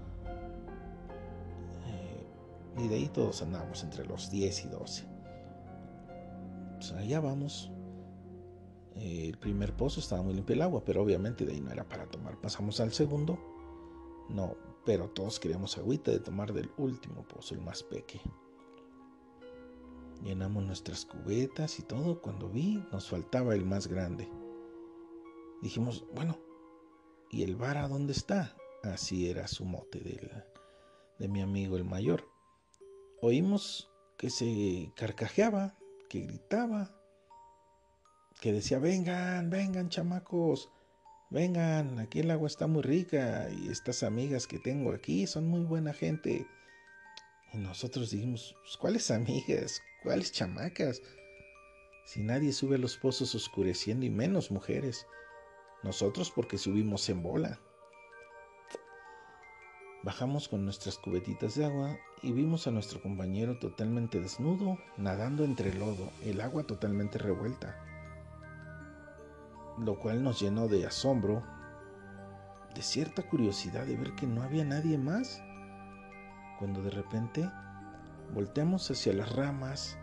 Y de ahí todos andábamos entre los 10 y 12. Pues allá vamos. El primer pozo estaba muy limpio el agua, pero obviamente de ahí no era para tomar. Pasamos al segundo. No, pero todos queríamos agüita de tomar del último pozo, el más pequeño. Llenamos nuestras cubetas y todo. Cuando vi, nos faltaba el más grande. Dijimos, bueno, ¿y el vara dónde está? Así era su mote de mi amigo el mayor. Oímos que se carcajeaba, que gritaba, que decía, vengan, vengan chamacos, vengan, aquí el agua está muy rica y estas amigas que tengo aquí son muy buena gente. Y nosotros dijimos, pues, ¿cuáles amigas? ¿Cuáles chamacas? Si nadie sube a los pozos oscureciendo y menos mujeres. Nosotros porque subimos en bola. Bajamos con nuestras cubetitas de agua y vimos a nuestro compañero totalmente desnudo, nadando entre el lodo, el agua totalmente revuelta. Lo cual nos llenó de asombro, de cierta curiosidad de ver que no había nadie más. Cuando de repente volteamos hacia las ramas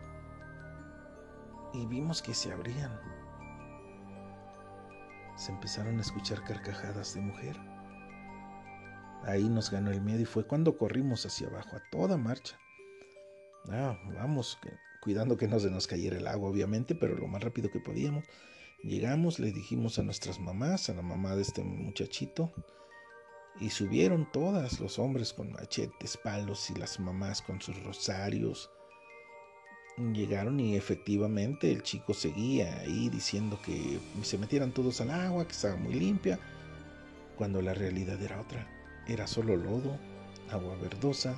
y vimos que se abrían. Se empezaron a escuchar carcajadas de mujer. Ahí nos ganó el miedo y fue cuando corrimos hacia abajo a toda marcha. Vamos, cuidando que no se nos cayera el agua, obviamente, pero lo más rápido que podíamos. Llegamos, le dijimos a nuestras mamás, a la mamá de este muchachito, y subieron todas, los hombres con machetes, palos y las mamás con sus rosarios. Llegaron y efectivamente el chico seguía ahí diciendo que se metieran todos al agua, que estaba muy limpia, cuando la realidad era otra. Era solo lodo, agua verdosa.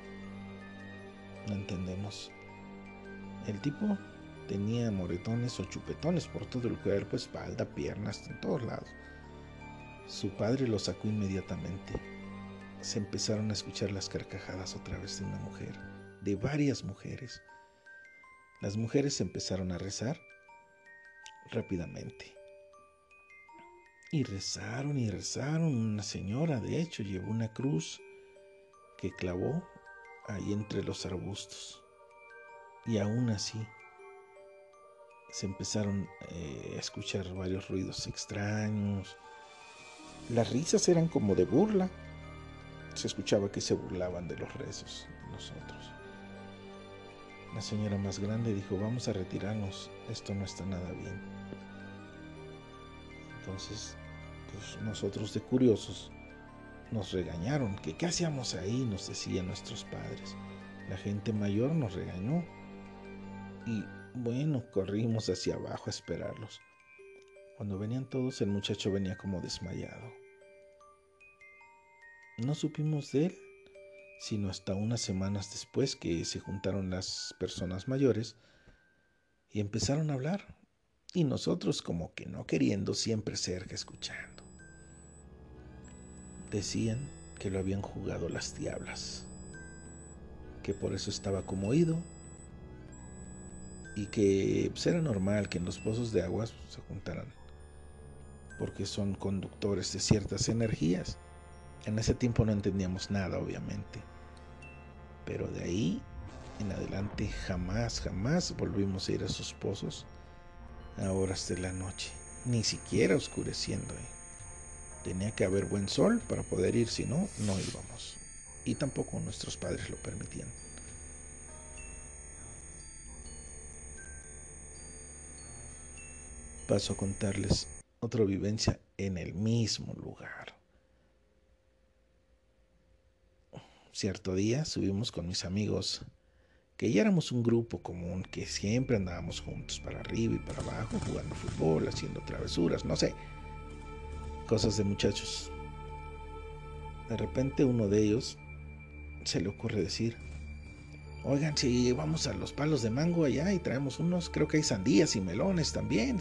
No entendemos. El tipo tenía moretones o chupetones por todo el cuerpo, espalda, piernas, en todos lados. Su padre lo sacó inmediatamente. Se empezaron a escuchar las carcajadas otra vez de una mujer, de varias mujeres. Las mujeres empezaron a rezar rápidamente. Y rezaron y rezaron. Una señora, de hecho, llevó una cruz que clavó ahí entre los arbustos. Y aún así se empezaron a escuchar varios ruidos extraños. Las risas eran como de burla. Se escuchaba que se burlaban de los rezos de nosotros. La señora más grande dijo: vamos a retirarnos, esto no está nada bien. Entonces, pues nosotros de curiosos nos regañaron, que qué hacíamos ahí, nos decían nuestros padres. La gente mayor nos regañó y bueno, corrimos hacia abajo a esperarlos. Cuando venían todos, el muchacho venía como desmayado. No supimos de él sino hasta unas semanas después, que se juntaron las personas mayores y empezaron a hablar, y nosotros como que no queriendo, siempre cerca escuchando. Decían que lo habían jugado las diablas, que por eso estaba como oído, y que pues, era normal que en los pozos de agua se juntaran, porque son conductores de ciertas energías. En ese tiempo no entendíamos nada, obviamente, pero de ahí en adelante jamás volvimos a ir a esos pozos a horas de la noche, ni siquiera oscureciendo. Tenía que haber buen sol para poder ir, si no, no íbamos. Y tampoco nuestros padres lo permitían. Paso a contarles otra vivencia en el mismo lugar. Cierto día subimos con mis amigos, que ya éramos un grupo común, que siempre andábamos juntos para arriba y para abajo, jugando fútbol, haciendo travesuras, no sé, cosas de muchachos. De repente uno de ellos se le ocurre decir: oigan, si vamos a los palos de mango allá y traemos unos, creo que hay sandías y melones también.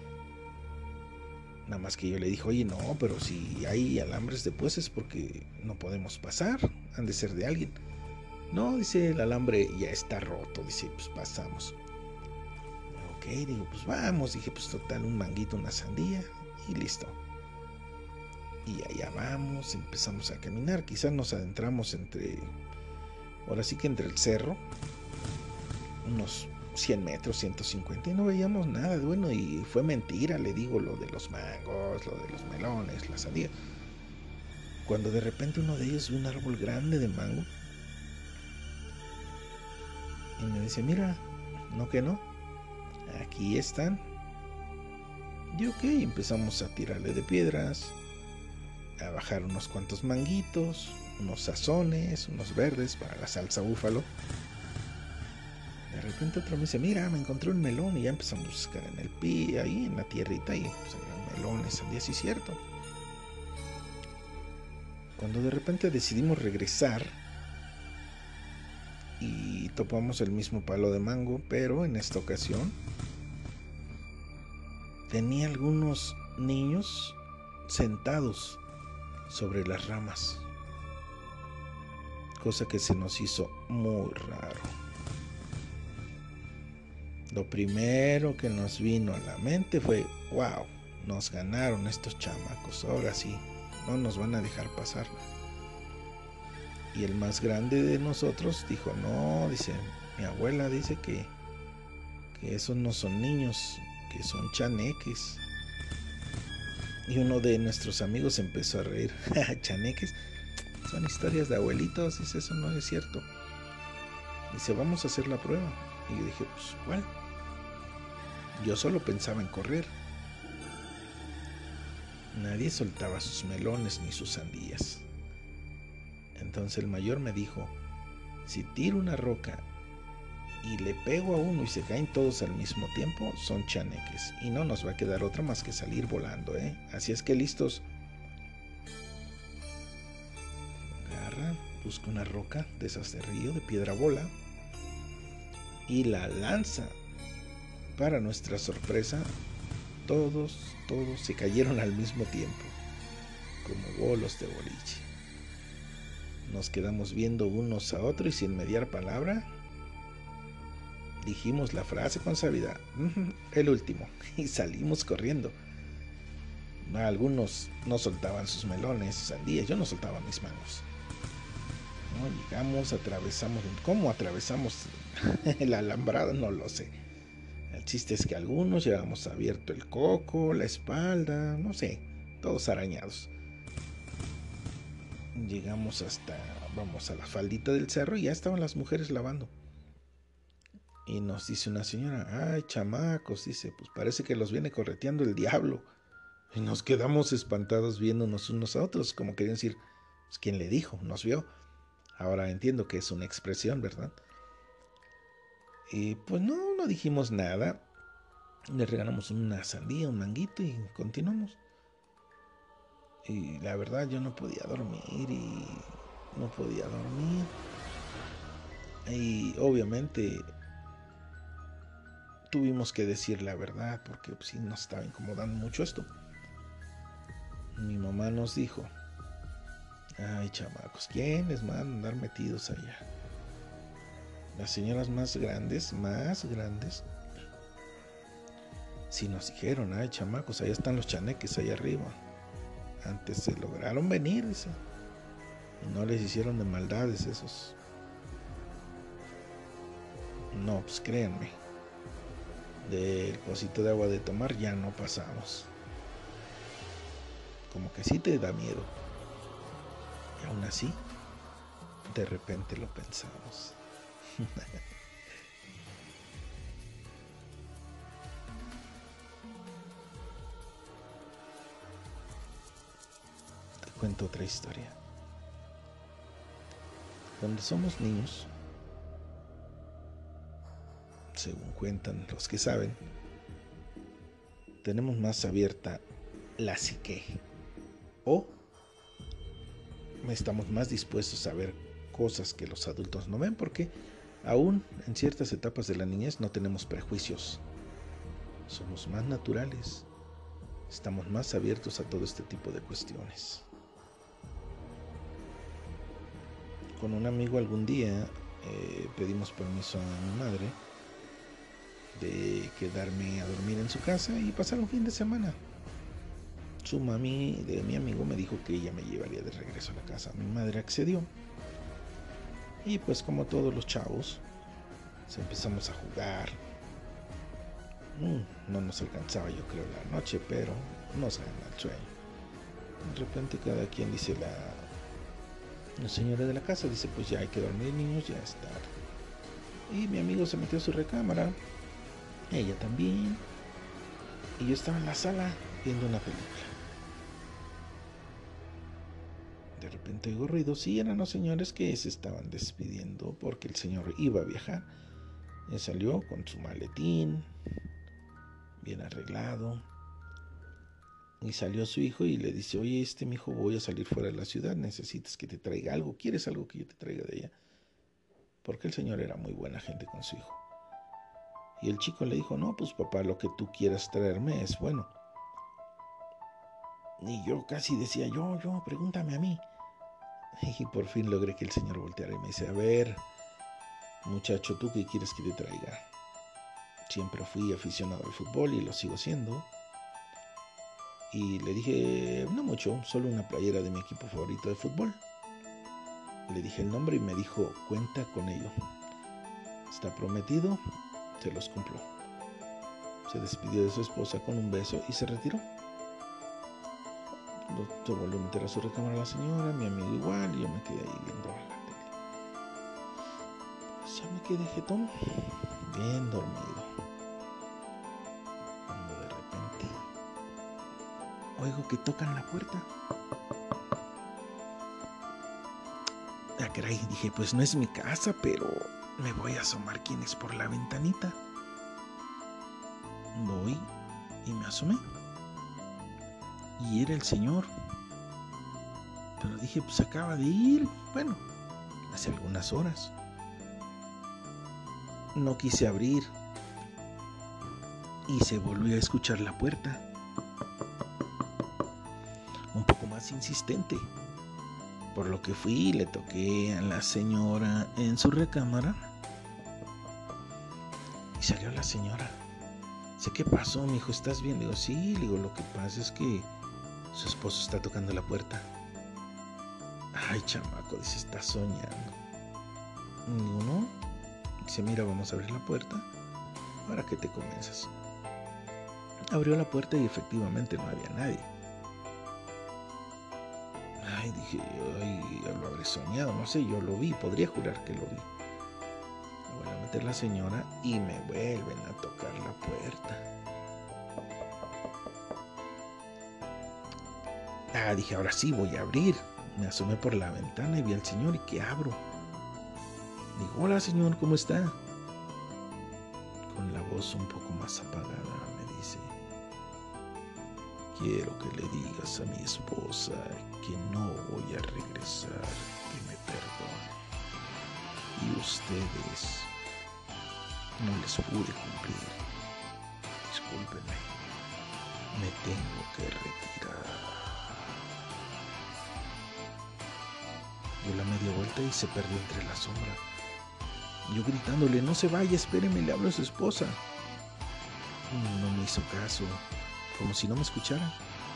Nada más que yo le dije: oye, no, pero si hay alambres de puentes, porque no podemos pasar, han de ser de alguien. No, dice, el alambre ya está roto, dice, pues pasamos. Ok, digo, pues vamos, dije, pues total, un manguito, una sandía y listo. Y allá vamos, empezamos a caminar, quizás nos adentramos ahora sí que entre el cerro, unos 100 metros, 150, y no veíamos nada. Bueno, y fue mentira, le digo, lo de los mangos, lo de los melones, la sandía. Cuando de repente uno de ellos ve un árbol grande de mango y me dice: mira, no que no, aquí están. Y ok, empezamos a tirarle de piedras, a bajar unos cuantos manguitos, unos sazones, unos verdes para la salsa búfalo. De repente otro me dice: mira, me encontré un melón, y ya empezamos a buscar en el pie, ahí en la tierrita, y pues había melones, sandías, sí, cierto. Cuando de repente decidimos regresar y topamos el mismo palo de mango, pero en esta ocasión tenía algunos niños sentados sobre las ramas, cosa que se nos hizo muy raro. Lo primero que nos vino a la mente fue: wow, nos ganaron estos chamacos, ahora sí, no nos van a dejar pasar. Y el más grande de nosotros dijo: no, dice, mi abuela dice que esos no son niños, que son chaneques. Y uno de nuestros amigos empezó a reír: chaneques, son historias de abuelitos, dice, eso no es cierto. Dice: vamos a hacer la prueba. Y yo dije: pues, ¿cuál? Yo solo pensaba en correr. Nadie soltaba sus melones ni sus sandías. Entonces el mayor me dijo: si tiro una roca y le pego a uno y se caen todos al mismo tiempo, son chaneques, y no nos va a quedar otra más que salir volando, así es que listos. Agarra, busca una roca de esas de río, de piedra bola, y la lanza. Para nuestra sorpresa, todos se cayeron al mismo tiempo, como bolos de boliche. Nos quedamos viendo unos a otros y sin mediar palabra dijimos la frase con suavidad: el último, y salimos corriendo. Algunos no soltaban sus melones, sandías, yo no soltaba mis mangos. ¿no? Llegamos, atravesamos. ¿Cómo atravesamos la alambrada? No lo sé. El chiste es que algunos llevamos abierto el coco, la espalda, no sé, todos arañados. Llegamos vamos a la faldita del cerro y ya estaban las mujeres lavando. Y nos dice una señora, ay, chamacos, dice, pues parece que los viene correteando el diablo. Y nos quedamos espantados viéndonos unos a otros, como querían decir, pues, ¿quién le dijo? Nos vio. Ahora entiendo que es una expresión, ¿verdad? Y pues no dijimos nada. Le regalamos una sandía, un manguito y continuamos. Y la verdad yo no podía dormir y obviamente tuvimos que decir la verdad porque pues, sí nos estaba incomodando mucho esto. Mi mamá nos dijo, ay chamacos, ¿quiénes van a andar metidos allá? Las señoras más grandes, sí nos dijeron, ay chamacos, allá están los chaneques allá arriba. Antes se lograron venir, dice. Y no les hicieron de maldades esos. No, pues créanme. Del pocito de agua de tomar ya no pasamos. Como que sí te da miedo. Y aún así, de repente lo pensamos. Te cuento otra historia. Cuando somos niños, según cuentan los que saben, tenemos más abierta la psique o estamos más dispuestos a ver cosas que los adultos no ven porque aún en ciertas etapas de la niñez no tenemos prejuicios. Somos más naturales, estamos más abiertos a todo este tipo de cuestiones. Con un amigo algún día pedimos permiso a mi madre de quedarme a dormir en su casa y pasar un fin de semana. Su mami de mi amigo me dijo que ella me llevaría de regreso a la casa. Mi madre accedió. Y pues como todos los chavos, empezamos a jugar. No nos alcanzaba yo creo la noche, pero nos gana el sueño. De repente cada quien dice, la señora de la casa dice, pues ya hay que dormir niños, ya es tarde. Y mi amigo se metió a su recámara, ella también, y yo estaba en la sala viendo una película. De repente oigo ruidos y eran los señores que se estaban despidiendo porque el señor iba a viajar. Él salió con su maletín, bien arreglado, y salió su hijo y le dice, oye, mijo, voy a salir fuera de la ciudad, necesitas que te traiga algo, ¿quieres algo que yo te traiga de allá? Porque el señor era muy buena gente con su hijo. Y el chico le dijo, no, pues papá, lo que tú quieras traerme es bueno. Y yo casi decía, yo, pregúntame a mí. Y por fin logré que el señor volteara y me dice, a ver, muchacho, ¿tú qué quieres que te traiga? Siempre fui aficionado al fútbol y lo sigo siendo. Y le dije, no mucho, solo una playera de mi equipo favorito de fútbol. Le dije el nombre y me dijo, cuenta con ello. Está prometido, se los cumplo. Se despidió de su esposa con un beso y se retiró. Se volvió a meter a su recámara la señora, mi amigo igual, y yo me quedé ahí viendo la tele. Pues ya me quedé jetón, bien dormido. Cuando de repente oigo que tocan la puerta. Ah, caray, dije, pues no es mi casa, pero me voy a asomar quién es por la ventanita. Voy y me asomé. Y era el señor. Pero dije, pues acaba de ir. Bueno, hace algunas horas. No quise abrir. Y se volvió a escuchar la puerta. Un poco más insistente. Por lo que fui y le toqué a la señora en su recámara. Y salió la señora. Dice, ¿qué pasó, mijo? ¿Estás bien? Digo, sí. Digo, lo que pasa es que su esposo está tocando la puerta. Ay, chamaco, dice, está soñando. Digo, no. Dice, mira, vamos a abrir la puerta para que te convenzas. Abrió la puerta y efectivamente no había nadie. Ay, dije, ay, lo habré soñado, no sé, yo lo vi, podría jurar que lo vi. Me voy a meter la señora y me vuelven a tocar la puerta. Dije, ahora sí voy a abrir. Me asomé por la ventana y vi al señor y que abro. Digo, hola señor, ¿cómo está? Con la voz un poco más apagada me dice, quiero que le digas a mi esposa que no voy a regresar, que me perdone. Y ustedes no les pude cumplir. Discúlpenme, me tengo que retirar. Dio la media vuelta y se perdió entre la sombra. Yo gritándole, no se vaya, espéreme, le hablo a su esposa. No me hizo caso, como si no me escuchara.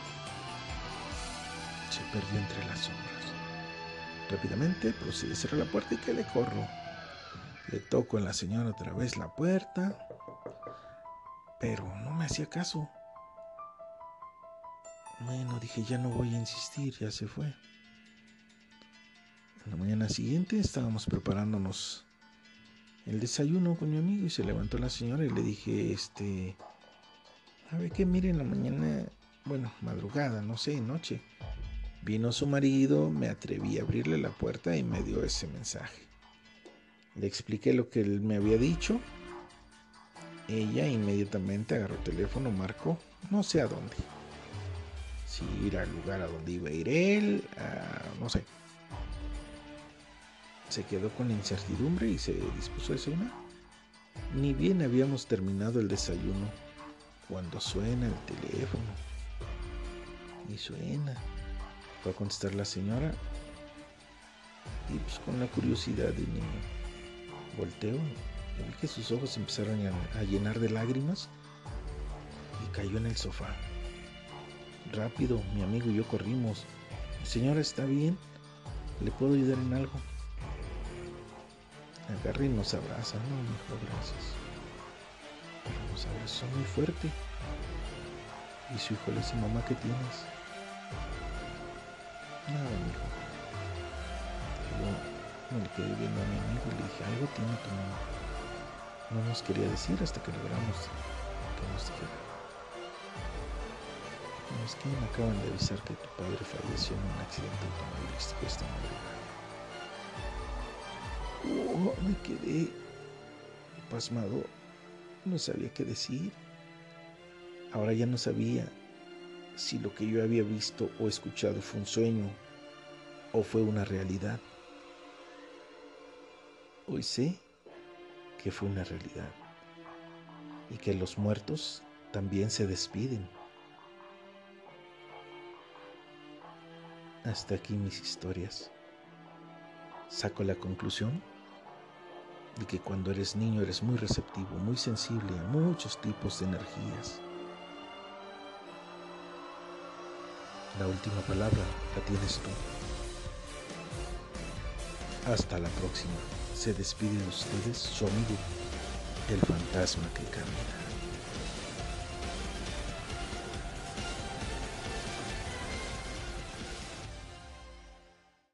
Se perdió entre las sombras. Rápidamente procedí a cerrar la puerta y que le corro. Le toco a la señora otra vez la puerta, pero no me hacía caso. Bueno, dije, ya no voy a insistir, ya se fue. En la mañana siguiente estábamos preparándonos el desayuno con mi amigo y se levantó la señora y le dije, a ver qué, mire, en la mañana, bueno, madrugada, no sé, noche, vino su marido, me atreví a abrirle la puerta y me dio ese mensaje. Le expliqué lo que él me había dicho. Ella inmediatamente agarró el teléfono, marcó, no sé a dónde. Si ir al lugar a donde iba a ir él, no sé. Se quedó con la incertidumbre y se dispuso a desayunar. Ni bien habíamos terminado el desayuno cuando suena el teléfono. Y suena. Fue a contestar la señora. Y pues con la curiosidad de niño, volteo y vi que sus ojos empezaron a llenar de lágrimas y cayó en el sofá. Rápido, mi amigo y yo corrimos. Señora, ¿está bien? ¿Le puedo ayudar en algo? Agarré y nos abraza. No, mejor gracias. Pero nos abrazó muy fuerte. Y su hijo le dice, mamá, ¿qué tienes? Nada, mijo. Yo me le quedé viendo a mi amigo y le dije, algo tiene tu mamá. No nos quería decir hasta que logramos que nos dijera. No, es que me acaban de avisar que tu padre falleció en un accidente automovilístico esta madrugada. Me quedé pasmado. No sabía qué decir. Ahora ya no sabía si lo que yo había visto o escuchado fue un sueño o fue una realidad. Hoy sé que fue una realidad y que los muertos también se despiden. Hasta aquí mis historias. Saco la conclusión de que cuando eres niño eres muy receptivo, muy sensible a muchos tipos de energías. La última palabra la tienes tú. Hasta la próxima. Se despide de ustedes su amigo, el fantasma que camina.